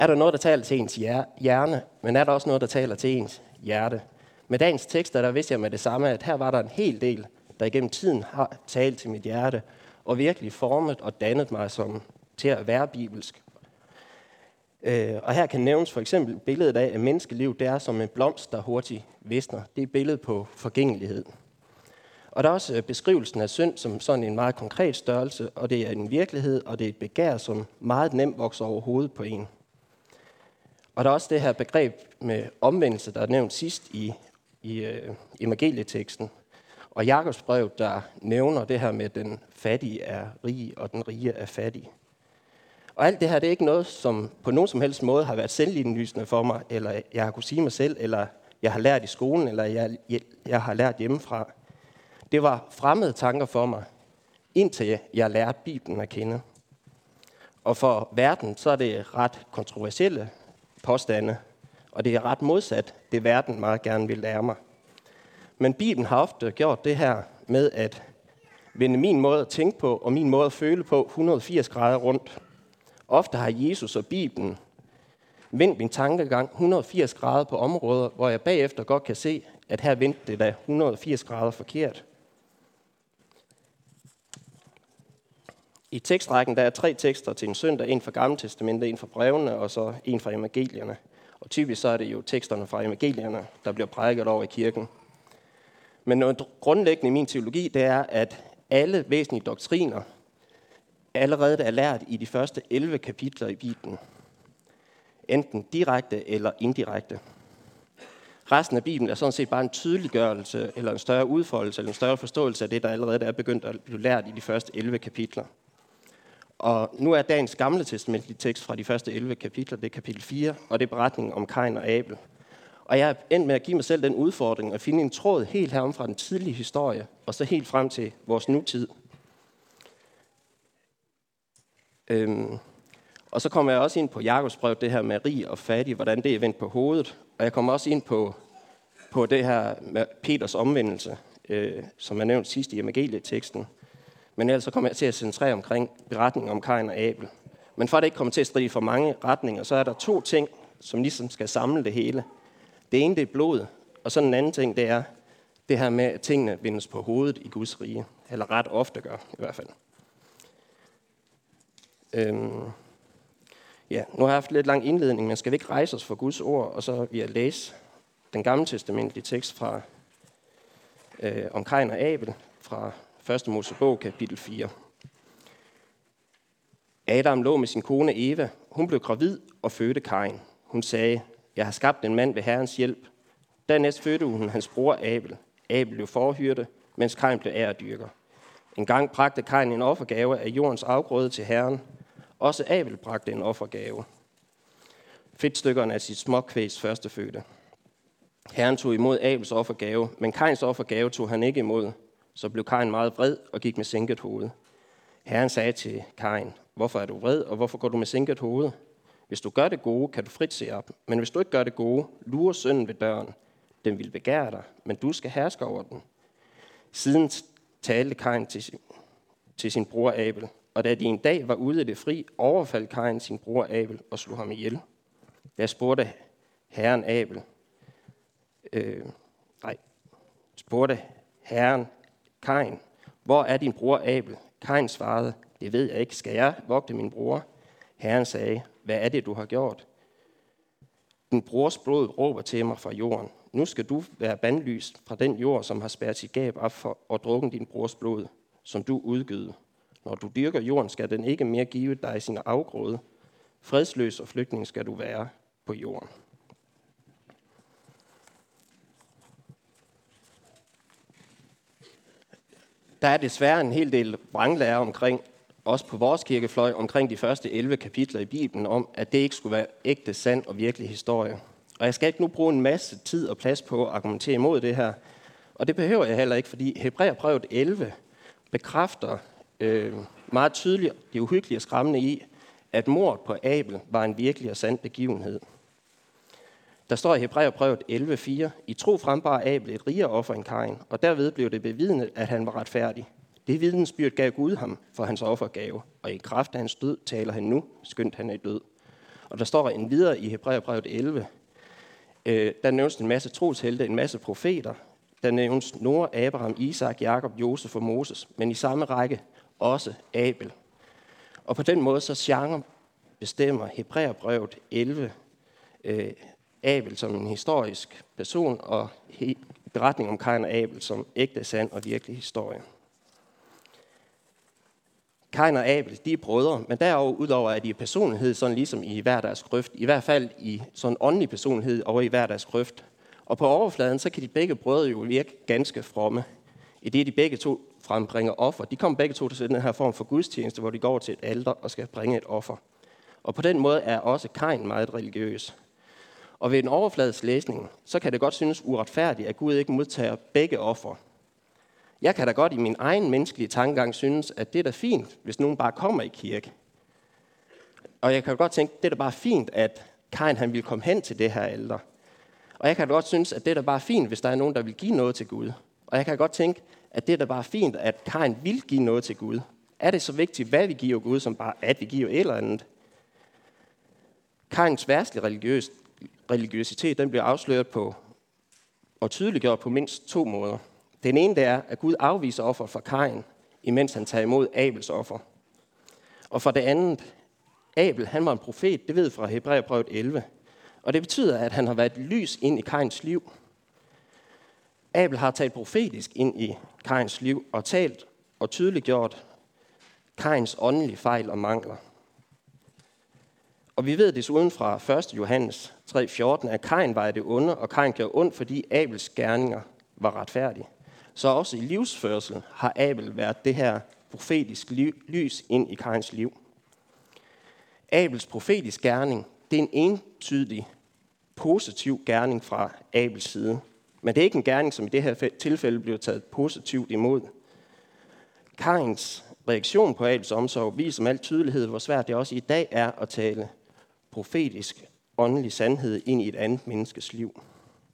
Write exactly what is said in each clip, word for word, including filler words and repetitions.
er der noget, der taler til ens hjerne, men er der også noget, der taler til ens hjerte? Med dagens tekster, der vidste jeg med det samme, at her var der en hel del, der igennem tiden har talt til mit hjerte, og virkelig formet og dannet mig som til at være bibelsk. Øh, og her kan nævnes for eksempel billedet af, at menneskeliv det er som en blomst, der hurtigt visner. Det er et billede på forgængelighed. Og der er også beskrivelsen af synd som sådan en meget konkret størrelse, og det er en virkelighed, og det er et begær, som meget nemt vokser over hovedet på en. Og der er også det her begreb med omvendelse, der er nævnt sidst i, i øh, evangelieteksten. Og Jakobs brev, der nævner det her med, at den fattige er rig, og den rige er fattig. Og alt det her, det er ikke noget, som på nogen som helst måde har været selvindlysende for mig, eller jeg har kunnet sige mig selv, eller jeg har lært i skolen, eller jeg, jeg, jeg har lært hjemmefra. Det var fremmede tanker for mig, indtil jeg lærte Bibelen at kende. Og for verden, så er det ret kontroversielle påstande, og det er ret modsat det, verden meget gerne vil lære mig. Men Bibelen har ofte gjort det her med at vende min måde at tænke på, og min måde at føle på et hundrede og firs grader rundt. Ofte har Jesus og Bibelen vendt min tankegang et hundrede og firs grader på områder, hvor jeg bagefter godt kan se, at her vendte det da et hundrede og firs grader forkert. I tekstrækken der er tre tekster til en søndag, en fra Gamle Testamentet, en fra brevene og så en fra evangelierne. Og typisk så er det jo teksterne fra evangelierne, der bliver prædiket over i kirken. Men noget grundlæggende i min teologi, det er, at alle væsentlige doktriner allerede er lært i de første elleve kapitler i Bibelen. Enten direkte eller indirekte. Resten af Bibelen er sådan set bare en tydeliggørelse, eller en større udfoldelse, eller en større forståelse af det, der allerede er begyndt at blive lært i de første elleve kapitler. Og nu er dagens gamle testamentlige tekst fra de første elleve kapitler, det er kapitel fire, og det er beretningen om Kain og Abel. Og jeg er endt med at give mig selv den udfordring at finde en tråd helt herom fra den tidlige historie, og så helt frem til vores nutid. Øhm, og så kommer jeg også ind på Jakobs brev, det her med rig og fattig, hvordan det er vendt på hovedet. Og jeg kommer også ind på, på det her med Peters omvendelse, øh, som er nævnt sidst i evangelieteksten. Men ellers så kommer jeg til at centrere omkring beretningen om Kain og Abel. Men for at det ikke kommer til at stride for mange retninger, så er der to ting, som ligesom skal samle det hele. Det ene, det er blod, og så den anden ting, det er det her med, at tingene vendes på hovedet i Guds rige. Eller ret ofte gør, i hvert fald. Øhm, ja, nu har jeg haft lidt lang indledning, men skal vi ikke rejse os for Guds ord, og så vil jeg læse den gamle testamentlige tekst fra øh, om Kain og Abel fra første Mosebog, kapitel fire. Adam lå med sin kone Eva. Hun blev gravid og fødte Kain. Hun sagde, jeg har skabt en mand ved Herrens hjælp. Dernæst fødte hun hans bror Abel. Abel blev forhyrte, mens Kain blev æredyrker. En gang bragte Kain en offergave af jordens afgrøde til Herren. Også Abel bragte en offergave. Fedtstykkerne af sit småkvægs førstefødte. Herren tog imod Abels offergave, men Kains offergave tog han ikke imod. Så blev Kain meget vred og gik med sænket hoved. Herren sagde til Kain, hvorfor er du vred, og hvorfor går du med sænket hoved? Hvis du gør det gode, kan du frit se op. Men hvis du ikke gør det gode, lurer synden ved døren. Den vil begære dig, men du skal herske over den. Siden talte Kain til sin, til sin bror Abel, og da de en dag var ude i det fri, overfaldt Kain sin bror Abel og slog ham ihjel. Da spurgte Herren Abel, øh, nej, spurgte Herren Kain, hvor er din bror Abel? Kain svarede, det ved jeg ikke, skal jeg vogte min bror? Herren sagde, hvad er det, du har gjort? Din brors blod råber til mig fra jorden. Nu skal du være bandlyst fra den jord, som har spærret sit gab op for og drukken din brors blod, som du udgyde. Når du dyrker jorden, skal den ikke mere give dig sin afgrøde. Fredsløs og flygtning skal du være på jorden. Der er desværre en hel del vranglære omkring, også på vores kirkefløj, omkring de første elleve kapitler i Bibelen, om, at det ikke skulle være ægte, sand og virkelig historie. Og jeg skal ikke nu bruge en masse tid og plads på at argumentere imod det her. Og det behøver jeg heller ikke, fordi Hebræerbrevet elleve bekræfter øh, meget tydeligt det uhyggelige og skræmmende i, at mordet på Abel var en virkelig og sand begivenhed. Der står i Hebræerbrevet elleve fire, i tro frembar Abel et rigere offer end Kain, og derved blev det bevidnet, at han var retfærdig. Det vidnesbyrd gav Gud ham for hans offergave, og i kraft af hans død taler han nu, skønt han er død. Og der står en videre i Hebræerbrevet elleve, øh, der nævnes en masse troshelte, en masse profeter. Der nævnes Noah, Abraham, Isak, Jakob, Josef og Moses, men i samme række også Abel. Og på den måde så genre bestemmer Hebræerbrevet elleve øh, Abel som en historisk person, og he- beretning om Kain og Abel som ægte, sand og virkelig historie. Kain og Abel, de er brødre, men derudover er de personlighed sådan ligesom i hver deres grøft, i hvert fald i sådan åndelig personlighed over i hver deres grøft. Og på overfladen, så kan de begge brødre jo virke ganske fromme, i det de begge to frembringer offer. De kommer begge to til den her form for gudstjeneste, hvor de går til et alter og skal bringe et offer. Og på den måde er også Kain meget religiøs. Og ved en overfladisk læsning, så kan det godt synes uretfærdigt, at Gud ikke modtager begge offer. Jeg kan da godt i min egen menneskelige tankegang synes, at det er da fint, hvis nogen bare kommer i kirke. Og jeg kan godt tænke, det er da bare fint, at Kain han vil komme hen til det her alter. Og jeg kan godt synes, at det er da bare fint, hvis der er nogen, der vil give noget til Gud. Og jeg kan godt tænke, at det er da bare fint, at Kain vil give noget til Gud. Er det så vigtigt, hvad vi giver Gud, som bare at vi giver et eller andet? Kains værtslige religiøs, religiøsitet den bliver afsløret på og tydeliggjort på mindst to måder. Den ene det er, at Gud afviser offer for Kain, imens han tager imod Abels offer. Og for det andet, Abel han var en profet, det ved fra Hebræerbrevet elleve. Og det betyder, at han har været lys ind i Kains liv. Abel har talt profetisk ind i Kains liv og talt og tydeliggjort Kains åndelige fejl og mangler. Og vi ved desuden fra første Johannes tre fjorten, at Kain var af det onde, og Kain gjorde ondt, fordi Abels gerninger var retfærdige. Så også i livsførsel har Abel været det her profetisk lys ind i Kains liv. Abels profetisk gerning, det er en entydig positiv gerning fra Abels side. Men det er ikke en gerning, som i det her tilfælde bliver taget positivt imod. Kains reaktion på Abels omsorg viser med al tydelighed, hvor svært det også i dag er at tale profetisk åndelig sandhed ind i et andet menneskes liv.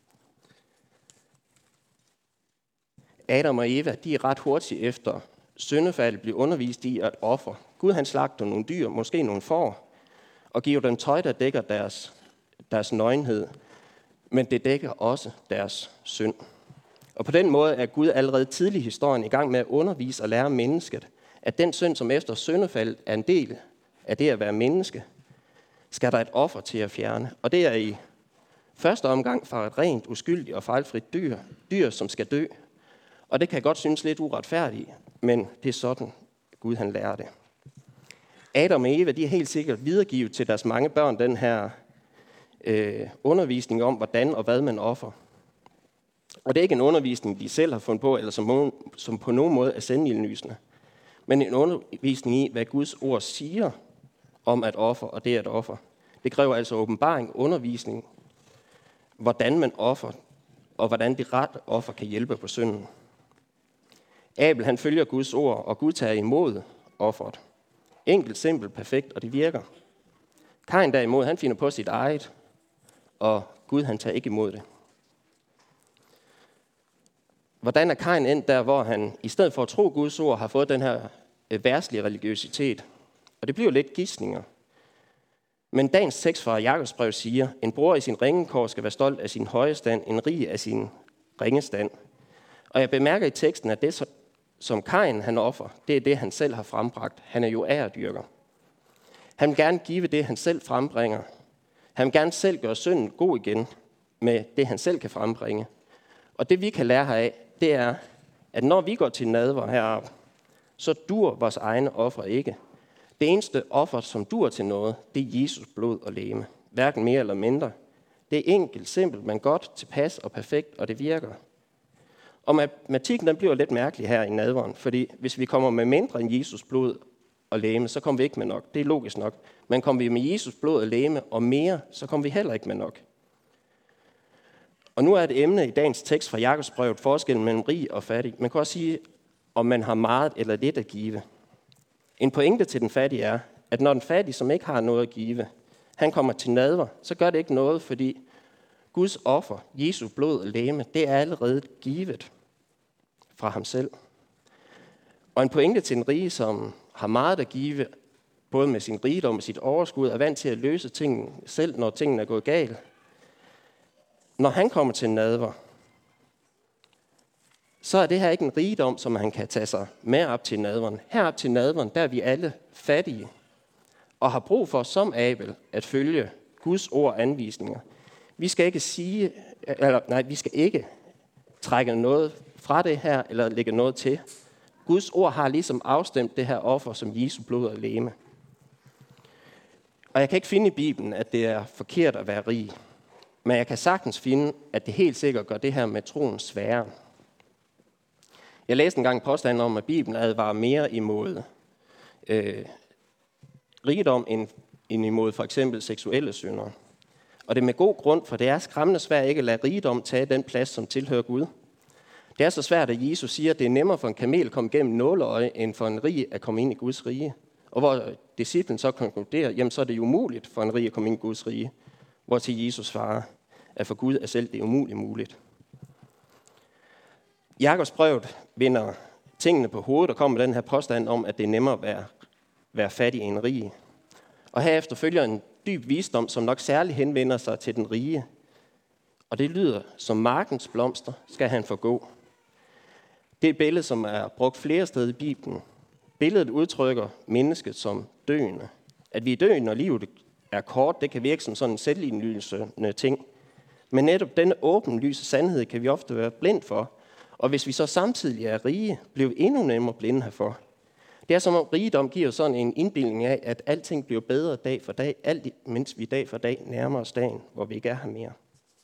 Adam og Eva, de er ret hurtigt efter syndefaldet bliver undervist i at ofre. Gud han slagter nogle dyr, måske nogle får, og giver dem tøj, der dækker deres, deres nøgenhed. Men det dækker også deres synd. Og på den måde er Gud allerede tidlig i historien i gang med at undervise og lære mennesket, at den synd, som efter syndefaldet er en del af det at være menneske, skal der et offer til at fjerne. Og det er i første omgang fra et rent, uskyldigt og fejlfrit dyr, dyr som skal dø. Og det kan godt synes lidt uretfærdigt, men det er sådan, Gud han lærer det. Adam og Eva, de er helt sikkert videregivet til deres mange børn den her øh, undervisning om, hvordan og hvad man offer. Og det er ikke en undervisning, de selv har fundet på, eller som, som på nogen måde er sendildlysende, men en undervisning i, hvad Guds ord siger om at offer, og det at offer. Det kræver altså åbenbaring, undervisning, hvordan man offer, og hvordan det rette offer kan hjælpe på synden. Abel han følger Guds ord, og Gud tager imod offeret. Enkelt, simpelt, perfekt, og det virker. Kain derimod, han finder på sit eget, og Gud han tager ikke imod det. Hvordan er Kain endt der, hvor han i stedet for at tro Guds ord, har fået den her verdslige religiøsitet? Og det bliver lidt gidsninger. Men dagens tekst fra Jakobs brev siger, en bror i sin ringekår skal være stolt af sin høje stand, en rig af sin ringe stand. Og jeg bemærker i teksten, at det, som Kain han offer, det er det, han selv har frembragt. Han er jo æredyrker. Han vil gerne give det, han selv frembringer. Han vil gerne selv gøre synden god igen med det, han selv kan frembringe. Og det, vi kan lære heraf, det er, at når vi går til nadver heroppe, så dur vores egne offer ikke. Det eneste offer, som dur til noget, det er Jesus blod og legeme. Hverken mere eller mindre. Det er enkelt, simpelt, men godt, tilpas og perfekt, og det virker. Og matematikken den bliver lidt mærkelig her i nadveren, fordi hvis vi kommer med mindre end Jesus blod og legeme, så kommer vi ikke med nok. Det er logisk nok. Men kommer vi med Jesus blod og legeme og mere, så kommer vi heller ikke med nok. Og nu er et emne i dagens tekst fra Jakobs brev forskellen mellem rig og fattig. Man kan også sige, om man har meget eller lidt at give. En pointe til den fattige er, at når den fattige, som ikke har noget at give, han kommer til nadver, så gør det ikke noget, fordi Guds offer, Jesu blod og legeme, det er allerede givet fra ham selv. Og en pointe til den rige, som har meget at give, både med sin rigdom og sit overskud, er vant til at løse tingene selv, når tingene er gået galt. Når han kommer til nadver, så er det her ikke en rigdom, som han kan tage sig med op til nadveren. Herop til nadveren, der er vi alle fattige, og har brug for, som Abel, at følge Guds ord og anvisninger. Vi skal ikke sige, eller nej, vi skal ikke trække noget fra det her, eller lægge noget til. Guds ord har ligesom afstemt det her offer som Jesu blod og legeme. Og jeg kan ikke finde i Bibelen, at det er forkert at være rig. Men jeg kan sagtens finde, at det helt sikkert gør det her med troen sværere. Jeg læste engang påstanden om, at Bibelen advarer mere imod øh, rigdom end, end imod for eksempel seksuelle synder. Og det er med god grund, for det er skræmmende svært ikke at lade rigdom tage den plads, som tilhører Gud. Det er så svært, at Jesus siger, at det er nemmere for en kamel at komme gennem nåleøje, end for en rig at komme ind i Guds rige. Og hvor disciplen så konkluderer, jamen så er det jo umuligt for en rig at komme ind i Guds rige. Hvor til Jesus svarer, at for Gud er selv det umuligt muligt. Jakobs brev vinder tingene på hovedet og kommer med den her påstand om, at det er nemmere at være, være fattig end rig. Og herefter følger en dyb visdom, som nok særligt henvender sig til den rige. Og det lyder, som markens blomster skal han forgå. Det er et billede, som er brugt flere steder i Bibelen. Billedet udtrykker mennesket som døende. At vi er døende, når livet er kort, det kan virke som sådan en selvindlysende ting. Men netop denne åbenlyse sandhed kan vi ofte være blind for. Og hvis vi så samtidig er rige, bliver vi endnu nemmere blinde herfor. Det er som om rigdom giver sådan en indbildning af, at alting bliver bedre dag for dag, alt mens vi dag for dag nærmer os dagen, hvor vi ikke er her mere.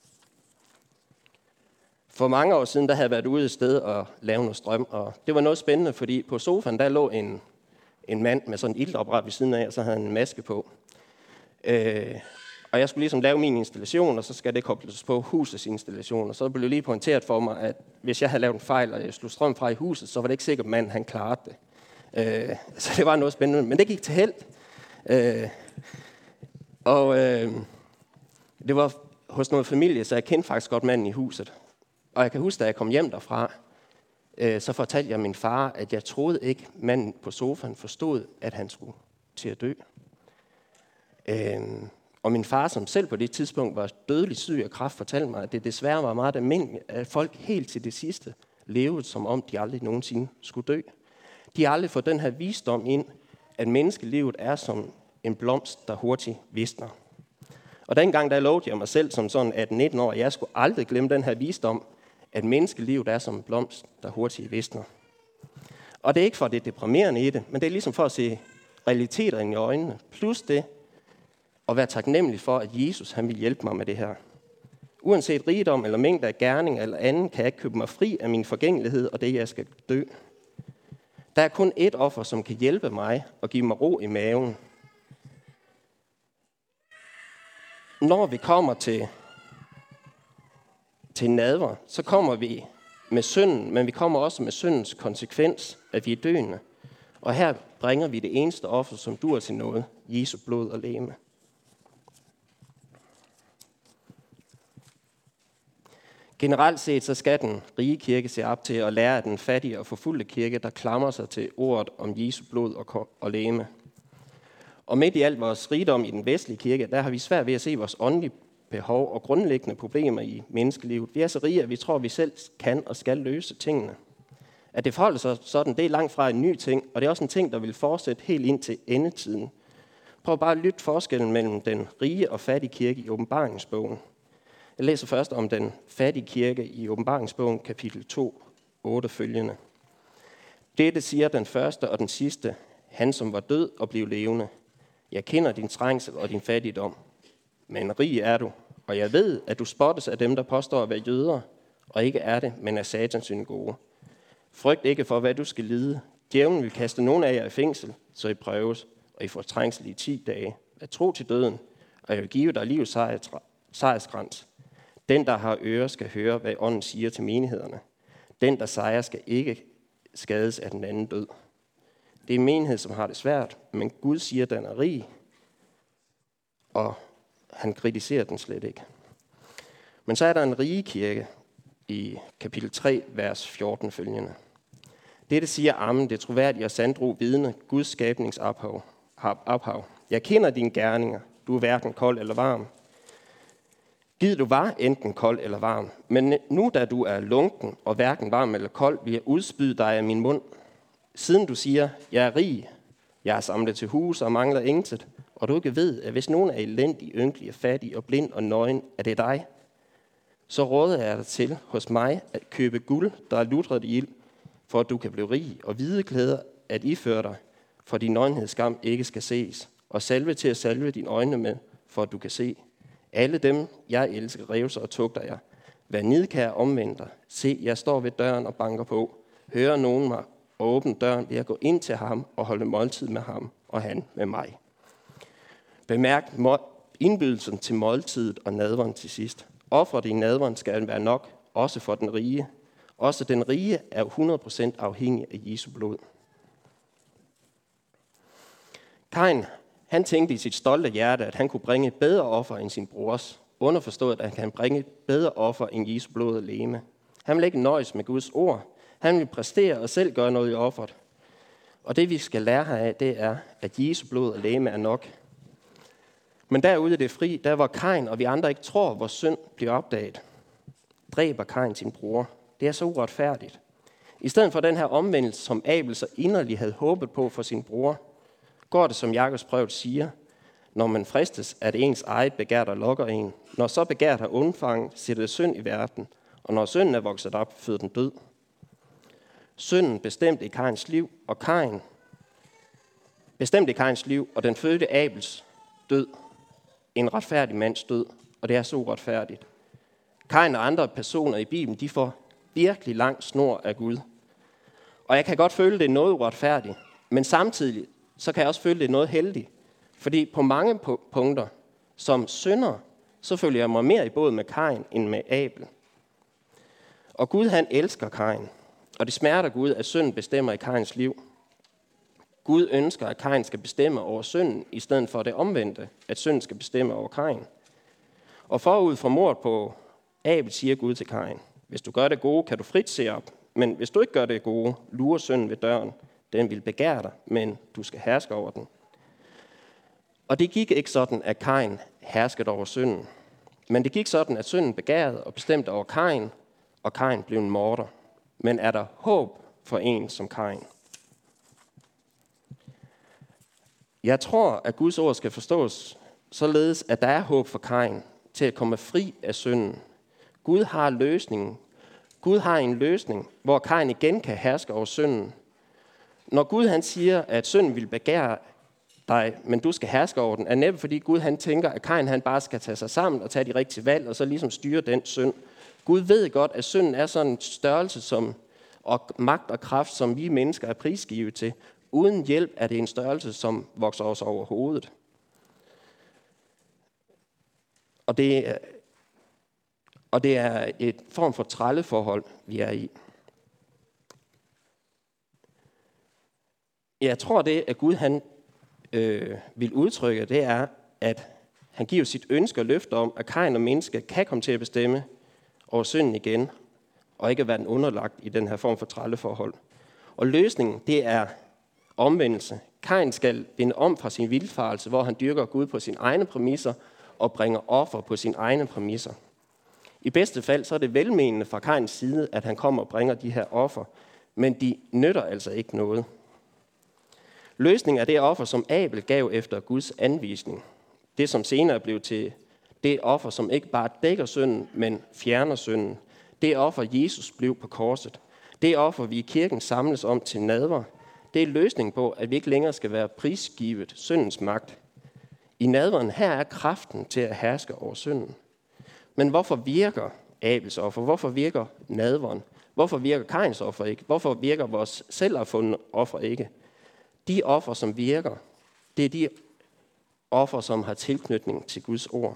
For mange år siden, der havde jeg været ude et sted og lavet noget strøm, og det var noget spændende, fordi på sofaen, der lå en, en mand med sådan en iltopret ved siden af, og så havde han en maske på. Øh, og jeg skulle ligesom lave min installation, og så skal det kobles på husets installation, og så blev det lige pointeret for mig, at hvis jeg havde lavet en fejl, og jeg slog strøm fra i huset, så var det ikke sikkert, at manden han klarede det. Øh, så det var noget spændende, men det gik til held. Øh, og øh, det var hos noget familie, så jeg kendte faktisk godt manden i huset. Og jeg kan huske, da jeg kom hjem derfra, øh, så fortalte jeg min far, at jeg troede ikke, manden på sofaen forstod, at han skulle til at dø. Øh, og min far, som selv på det tidspunkt var dødeligt syg af kræft, fortalte mig, at det desværre var meget almindeligt, at folk helt til det sidste levede, som om de aldrig nogensinde skulle dø. De har aldrig fået den her visdom ind, at menneskelivet er som en blomst, der hurtigt visner. Og dengang, der lovede jeg mig selv som sådan atten nitten år, at jeg skulle aldrig glemme den her visdom, at menneskelivet er som en blomst, der hurtigt visner. Og det er ikke for det deprimerende i det, men det er ligesom for at se realiteter ind i øjnene. Plus det at være taknemmelig for, at Jesus han vil hjælpe mig med det her. Uanset rigdom eller mængde af gerning eller anden, kan jeg ikke købe mig fri af min forgængelighed og det, jeg skal dø. Der er kun ét offer, som kan hjælpe mig og give mig ro i maven. Når vi kommer til, til nadver, så kommer vi med synden, men vi kommer også med syndens konsekvens, at vi er døende. Og her bringer vi det eneste offer, som dur til noget, Jesu blod og legeme. Generelt set så skal den rige kirke se op til at lære af den fattige og forfulgte kirke, der klamrer sig til ordet om Jesu blod og, og legeme. Og midt i alt vores rigdom i den vestlige kirke, der har vi svært ved at se vores åndelige behov og grundlæggende problemer i menneskelivet. Vi er så rige, at vi tror, at vi selv kan og skal løse tingene. At det forholder sig sådan, det er langt fra en ny ting, og det er også en ting, der vil fortsætte helt ind til endetiden. Prøv bare at lytte forskellen mellem den rige og fattige kirke i åbenbaringsbogen. Jeg læser først om den fattige kirke i åbenbaringsbogen, kapitel to, otte følgende. Dette siger den første og den sidste, han som var død og blev levende. Jeg kender din trængsel og din fattigdom. Men rig er du, og jeg ved, at du spottes af dem, der påstår at være jøder, og ikke er det, men er satans synagoge. Frygt ikke for, hvad du skal lide. Djævlen vil kaste nogen af jer i fængsel, så I prøves, og I får trængsel i ti dage. At tro til døden, og jeg vil give dig livets sejrskrans. Den, der har ører, skal høre, hvad ånden siger til menighederne. Den, der sejrer, skal ikke skades af den anden død. Det er en menighed, som har det svært, men Gud siger, at den er rig, og han kritiserer den slet ikke. Men så er der en rige kirke i kapitel tre, vers fjorten følgende. Dette siger Amen, det troværdige og sandro vidne, Guds skabningsophav, ophav. Jeg kender dine gerninger. Du er hverken kold eller varm. Gid du var enten kold eller varm. Men nu da du er lunken og hverken varm eller kold, vil jeg udspyde dig af min mund. Siden du siger, jeg er rig, jeg er samlet til hus og mangler intet, og du ikke ved, at hvis nogen er elendig, ynkelig, fattig og blind og nøgen, er det dig. Så råder jeg dig til hos mig at købe guld, der er lutret i ild, for at du kan blive rig, og hvide klæder at iføre dig, for din nøgenhedsskam ikke skal ses, og salve til at salve dine øjne med, for at du kan se. Alle dem, jeg elsker, revser og tugter jeg. Vær nidkær omvendt dig. Se, jeg står ved døren og banker på. Hører nogen mig og åbne døren, vil jeg gå ind til ham og holde måltid med ham, og han med mig. Bemærk indbydelsen til måltidet og nadveren til sidst. Offeret i nadveren skal være nok, også for den rige. Også den rige er hundrede procent afhængig af Jesu blod. Kain, han tænkte i sit stolte hjerte, at han kunne bringe et bedre offer end sin brors. Underforstået, at han kan bringe et bedre offer end Jesu blod og legeme. Han vil ikke nøjes med Guds ord. Han vil præstere og selv gøre noget i offeret. Og det vi skal lære heraf, det er, at Jesu blod og legeme er nok. Men derude i det fri, der hvor Kain og vi andre ikke tror, hvor synd bliver opdaget, dræber Kain sin bror. Det er så uretfærdigt. I stedet for den her omvendelse, som Abel så inderligt havde håbet på for sin bror, går det, som Jakobs brev siger, når man fristes, at ens eget begær, der lokker en. Når så begæret har undfang, sætter det synd i verden, og når synden er vokset op, føder den død. Synden bestemte i Kains liv, og Kain bestemte i Kains liv, og den fødte Abels død. En retfærdig mands død, og det er så uretfærdigt. Kain og andre personer i Bibelen, de får virkelig lang snor af Gud. Og jeg kan godt føle, det er noget uretfærdigt, men samtidig så kan jeg også føle, det er noget heldigt. Fordi på mange punkter, som synder, så føler jeg mig mere i båd med Kain end med Abel. Og Gud, han elsker Kain, og det smerter Gud, at synden bestemmer i Kains liv. Gud ønsker, at Kain skal bestemme over synden, i stedet for det omvendte, at synden skal bestemme over Kain. Og forud for mordet på Abel siger Gud til Kain, hvis du gør det gode, kan du frit se op, men hvis du ikke gør det gode, lurer synden ved døren. Den vil begære dig, men du skal herske over den. Og det gik ikke sådan, at Kain herskede over synden. Men det gik sådan, at synden begærede og bestemte over Kain, og Kain blev en morder. Men er der håb for en som Kain? Jeg tror, at Guds ord skal forstås således, at der er håb for Kain til at komme fri af synden. Gud har løsningen. Gud har en løsning, hvor Kain igen kan herske over synden. Når Gud han siger, at synden vil begære dig, men du skal herske over den, er næppe fordi Gud han tænker, at Kain han bare skal tage sig sammen og tage de rigtige valg, og så ligesom styre den synd. Gud ved godt, at synden er sådan en størrelse som, og magt og kraft, som vi mennesker er prisgivet til. Uden hjælp er det en størrelse, som vokser os over hovedet. Og det er, og det er et form for trælleforhold, vi er i. Jeg tror, det, at Gud han, øh, vil udtrykke, det er, at han giver sit ønske og løfte om, at Kain og menneske kan komme til at bestemme over synden igen, og ikke være den underlagt i den her form for trælleforhold. Og løsningen, det er omvendelse. Kain skal vende om fra sin vildfarelse, hvor han dyrker Gud på sine egne præmisser, og bringer offer på sine egne præmisser. I bedste fald, så er det velmenende fra Kains side, at han kommer og bringer de her offer, men de nytter altså ikke noget. Løsningen er det offer, som Abel gav efter Guds anvisning. Det, som senere blev til det offer, som ikke bare dækker synden, men fjerner synden. Det offer, Jesus blev på korset. Det offer, vi i kirken samles om til nadver. Det er løsningen på, at vi ikke længere skal være prisgivet syndens magt. I nadveren her er kraften til at herske over synden. Men hvorfor virker Abels offer? Hvorfor virker nadveren? Hvorfor virker Kains offer ikke? Hvorfor virker vores selvopfundne offer ikke? De offer, som virker, det er de offer, som har tilknytning til Guds ord.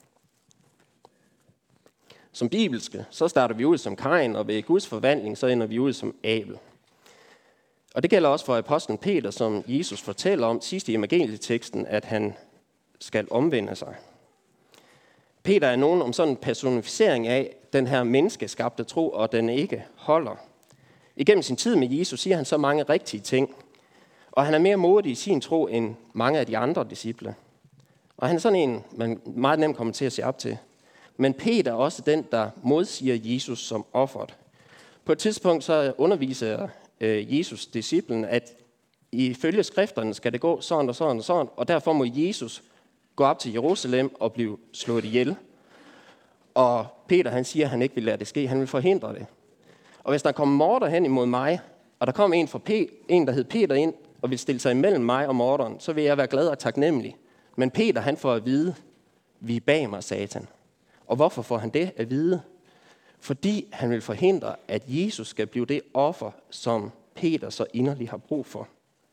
Som bibelske, så starter vi ud som Kain, og ved Guds forvandling, så ender vi ud som Abel. Og det gælder også for apostlen Peter, som Jesus fortæller om sidst i evangelieteksten, at han skal omvende sig. Peter er nogen om sådan en personificering af den her menneskeskabte tro, og den ikke holder. Igennem sin tid med Jesus siger han så mange rigtige ting. Og han er mere modig i sin tro end mange af de andre disciple. Og han er sådan en, man meget nemt kommer til at se op til. Men Peter er også den, der modsiger Jesus som offeret. På et tidspunkt så underviser Jesus disciplen, at ifølge skrifterne skal det gå sådan og sådan og sådan, og derfor må Jesus gå op til Jerusalem og blive slået ihjel. Og Peter han siger, at han ikke vil lade det ske, han vil forhindre det. Og hvis der kommer morder hen imod mig, og der kommer en, for P- en der hed Peter ind, og vil stille sig imellem mig og morderen, så vil jeg være glad og taknemmelig. Men Peter han får at vide, vi er bag mig, Satan. Og hvorfor får han det at vide? Fordi han vil forhindre, at Jesus skal blive det offer, som Peter så inderligt har brug for.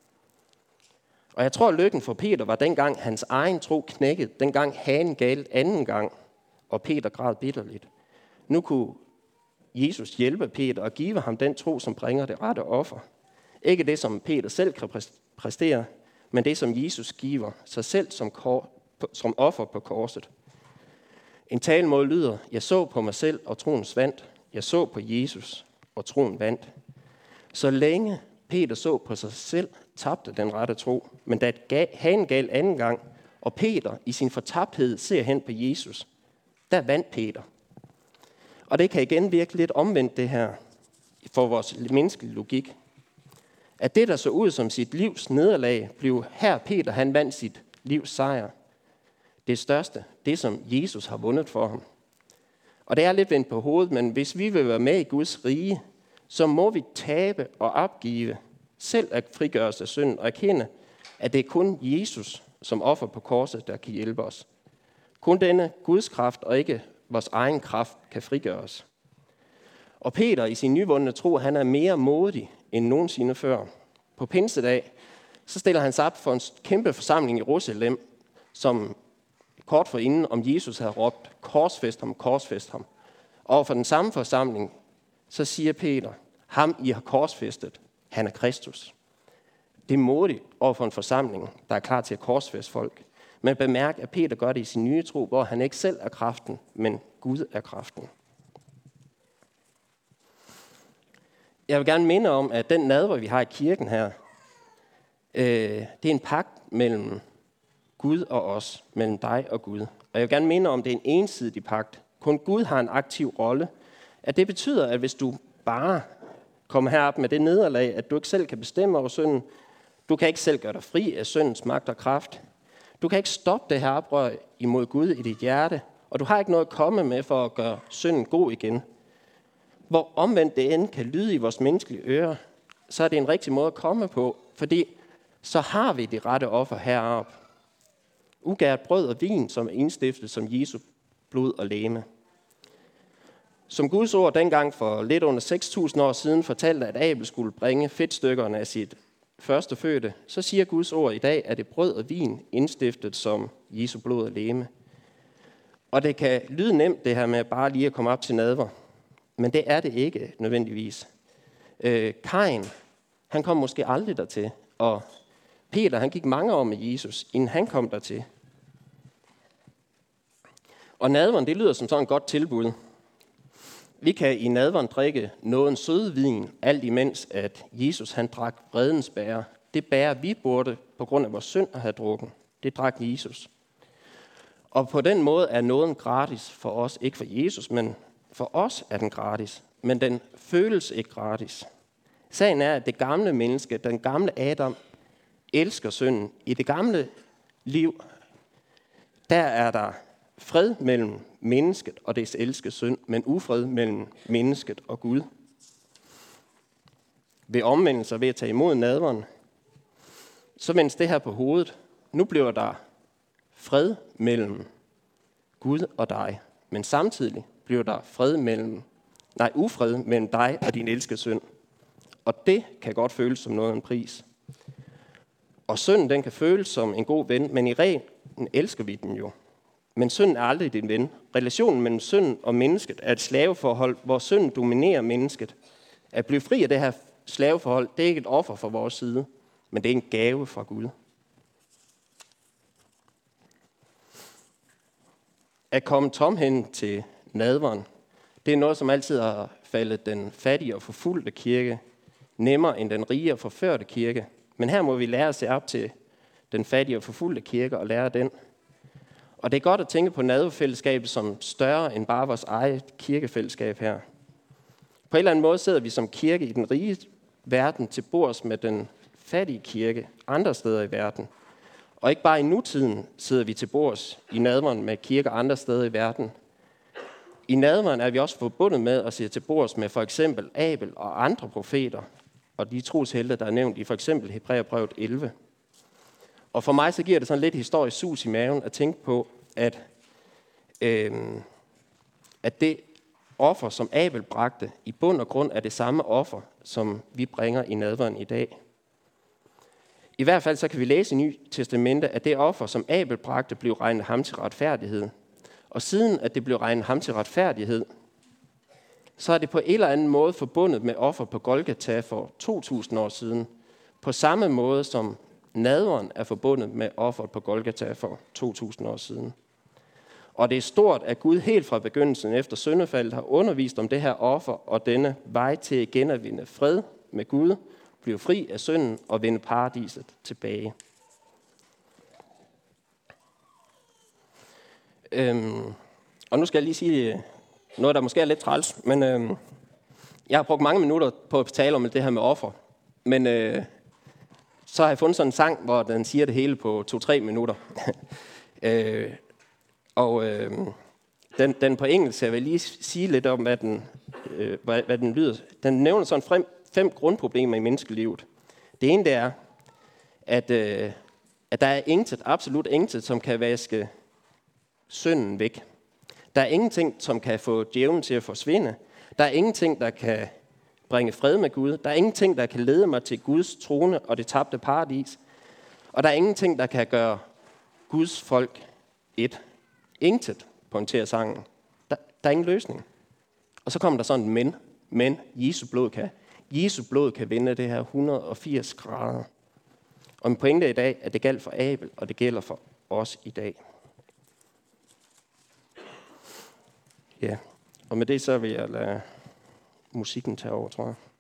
Og jeg tror, at lykken for Peter var dengang hans egen tro knækkede, dengang hanen galt anden gang, og Peter græd bitterligt. Nu kunne Jesus hjælpe Peter og give ham den tro, som bringer det rette offer. Ikke det, som Peter selv kan præstere, men det, som Jesus giver sig selv som, kor- som offer på korset. En talemåde lyder, jeg så på mig selv, og troen vandt. Jeg så på Jesus, og troen vandt. Så længe Peter så på sig selv, tabte den rette tro. Men da hanen galt anden gang, og Peter i sin fortabthed ser hen på Jesus, der vandt Peter. Og det kan igen virke lidt omvendt det her, for vores menneskelige logik. At det, der så ud som sit livs nederlag, blev her Peter, han vandt sit livs sejr. Det største, det som Jesus har vundet for ham. Og det er lidt vendt på hovedet, men hvis vi vil være med i Guds rige, så må vi tabe og opgive, selv at frigøre os af synden og erkende, at det er kun Jesus som offer på korset, der kan hjælpe os. Kun denne Guds kraft og ikke vores egen kraft kan frigøre os. Og Peter i sin nyvundne tro, han er mere modig end nogensinde før. På pinsedag, så stiller han sig op for en kæmpe forsamling i Jerusalem, som kort forinden om Jesus havde råbt, korsfæst ham, korsfæst ham. Og for den samme forsamling, så siger Peter, ham I har korsfæstet, han er Kristus. Det er modigt over for en forsamling, der er klar til at korsfæste folk. Men bemærk, at Peter gør det i sin nye tro, hvor han ikke selv er kraften, men Gud er kraften. Jeg vil gerne minde om, at den nadver, vi har i kirken her, øh, det er en pagt mellem Gud og os, mellem dig og Gud. Og jeg vil gerne minde om, at det er en ensidig pagt. Kun Gud har en aktiv rolle. At det betyder, at hvis du bare kommer herop med det nederlag, at du ikke selv kan bestemme over synden, du kan ikke selv gøre dig fri af syndens magt og kraft. Du kan ikke stoppe det her oprør imod Gud i dit hjerte, og du har ikke noget at komme med for at gøre synden god igen. Hvor omvendt det end kan lyde i vores menneskelige ører, så er det en rigtig måde at komme på, fordi så har vi det rette offer heroppe. Ugært brød og vin, som er indstiftet som Jesu blod og legeme. Som Guds ord dengang for lidt under seks tusind år siden fortalte, at Abel skulle bringe fedtstykkerne af sit første fødte, så siger Guds ord i dag, at det brød og vin indstiftet som Jesu blod og legeme. Og det kan lyde nemt det her med bare lige at komme op til nadver, men det er det ikke nødvendigvis. Øh, Kain, han kom måske aldrig dertil, og Peter, han gik mange år med Jesus, inden han kom dertil. Og nadveren, det lyder som sådan et godt tilbud. Vi kan i nadveren drikke noget sødvin, alt imens at Jesus han drak vredens bære. Det bære, vi burde på grund af vores synd at have drukket, det drak Jesus. Og på den måde er nåden gratis for os, ikke for Jesus, men for os er den gratis. Men den føles ikke gratis. Sagen er, at det gamle menneske, den gamle Adam, elsker synden. I det gamle liv, der er der fred mellem mennesket og dets elskede synd, men ufred mellem mennesket og Gud. Ved omvendelse ved at tage imod nadveren, så vendes det her på hovedet. Nu bliver der fred mellem Gud og dig, men samtidig bliver der fred mellem, nej, ufred mellem dig og din elskede synd. Og det kan godt føles som noget af en pris. Og synden, den kan føles som en god ven, men i reglen elsker vi den jo. Men synden er aldrig din ven. Relationen mellem synden og mennesket er et slaveforhold, hvor synden dominerer mennesket. At blive fri af det her slaveforhold, det er ikke et offer fra vores side, men det er en gave fra Gud. At komme tomhænd til nadveren, det er noget, som altid har faldet den fattige og forfulgte kirke nemmere end den rige og forførte kirke. Men her må vi lære at se op til den fattige og forfulgte kirke og lære den. Og det er godt at tænke på nadverfællesskabet som større end bare vores eget kirkefællesskab her. På en eller anden måde sidder vi som kirke i den rige verden til bords med den fattige kirke andre steder i verden. Og ikke bare i nutiden sidder vi til bords i nadveren med kirker andre steder i verden. I nadveren er vi også forbundet med at sidde til bords med for eksempel Abel og andre profeter, og de troshelte, der er nævnt i for eksempel Hebræerbrevet elleve. Og for mig så giver det sådan lidt historisk sus i maven at tænke på, at, øh, at det offer, som Abel bragte, i bund og grund er det samme offer, som vi bringer i nadveren i dag. I hvert fald så kan vi læse i Nye Testamente, at det offer, som Abel bragte, blev regnet ham til retfærdighed. Og siden at det blev regnet ham til retfærdighed, så er det på en eller anden måde forbundet med offer på Golgata for to tusind år siden. På samme måde som nadveren er forbundet med offer på Golgata for to tusind år siden. Og det er stort, at Gud helt fra begyndelsen efter syndefaldet har undervist om det her offer og denne vej til igen at vinde fred med Gud, blive fri af synden og vinde paradiset tilbage. Øhm, og nu skal jeg lige sige noget, der måske er lidt træls, men øhm, jeg har brugt mange minutter på at tale om det her med offer. Men øh, så har jeg fundet sådan en sang, hvor den siger det hele på to-tre minutter. øh, og øh, den, den på engelsk, jeg vil lige sige lidt om, hvad den, øh, hvad, hvad den lyder. Den nævner sådan frem, fem grundproblemer i menneskelivet. Det ene det er, at, øh, at der er intet, absolut intet, som kan vaske synden væk. Der er ingenting, som kan få djævlen til at forsvinde. Der er ingenting, der kan bringe fred med Gud. Der er ingenting, der kan lede mig til Guds trone og det tabte paradis. Og der er ingenting, der kan gøre Guds folk et. Intet, pointerer sangen. Der, der er ingen løsning. Og så kommer der sådan en men. Men Jesu blod kan. Jesu blod kan vende det her et hundrede og firs grader. Og min pointe i dag er, at det gælder for Abel, og det gælder for os i dag. Ja, og med det så vil jeg lade musikken tage over, tror jeg.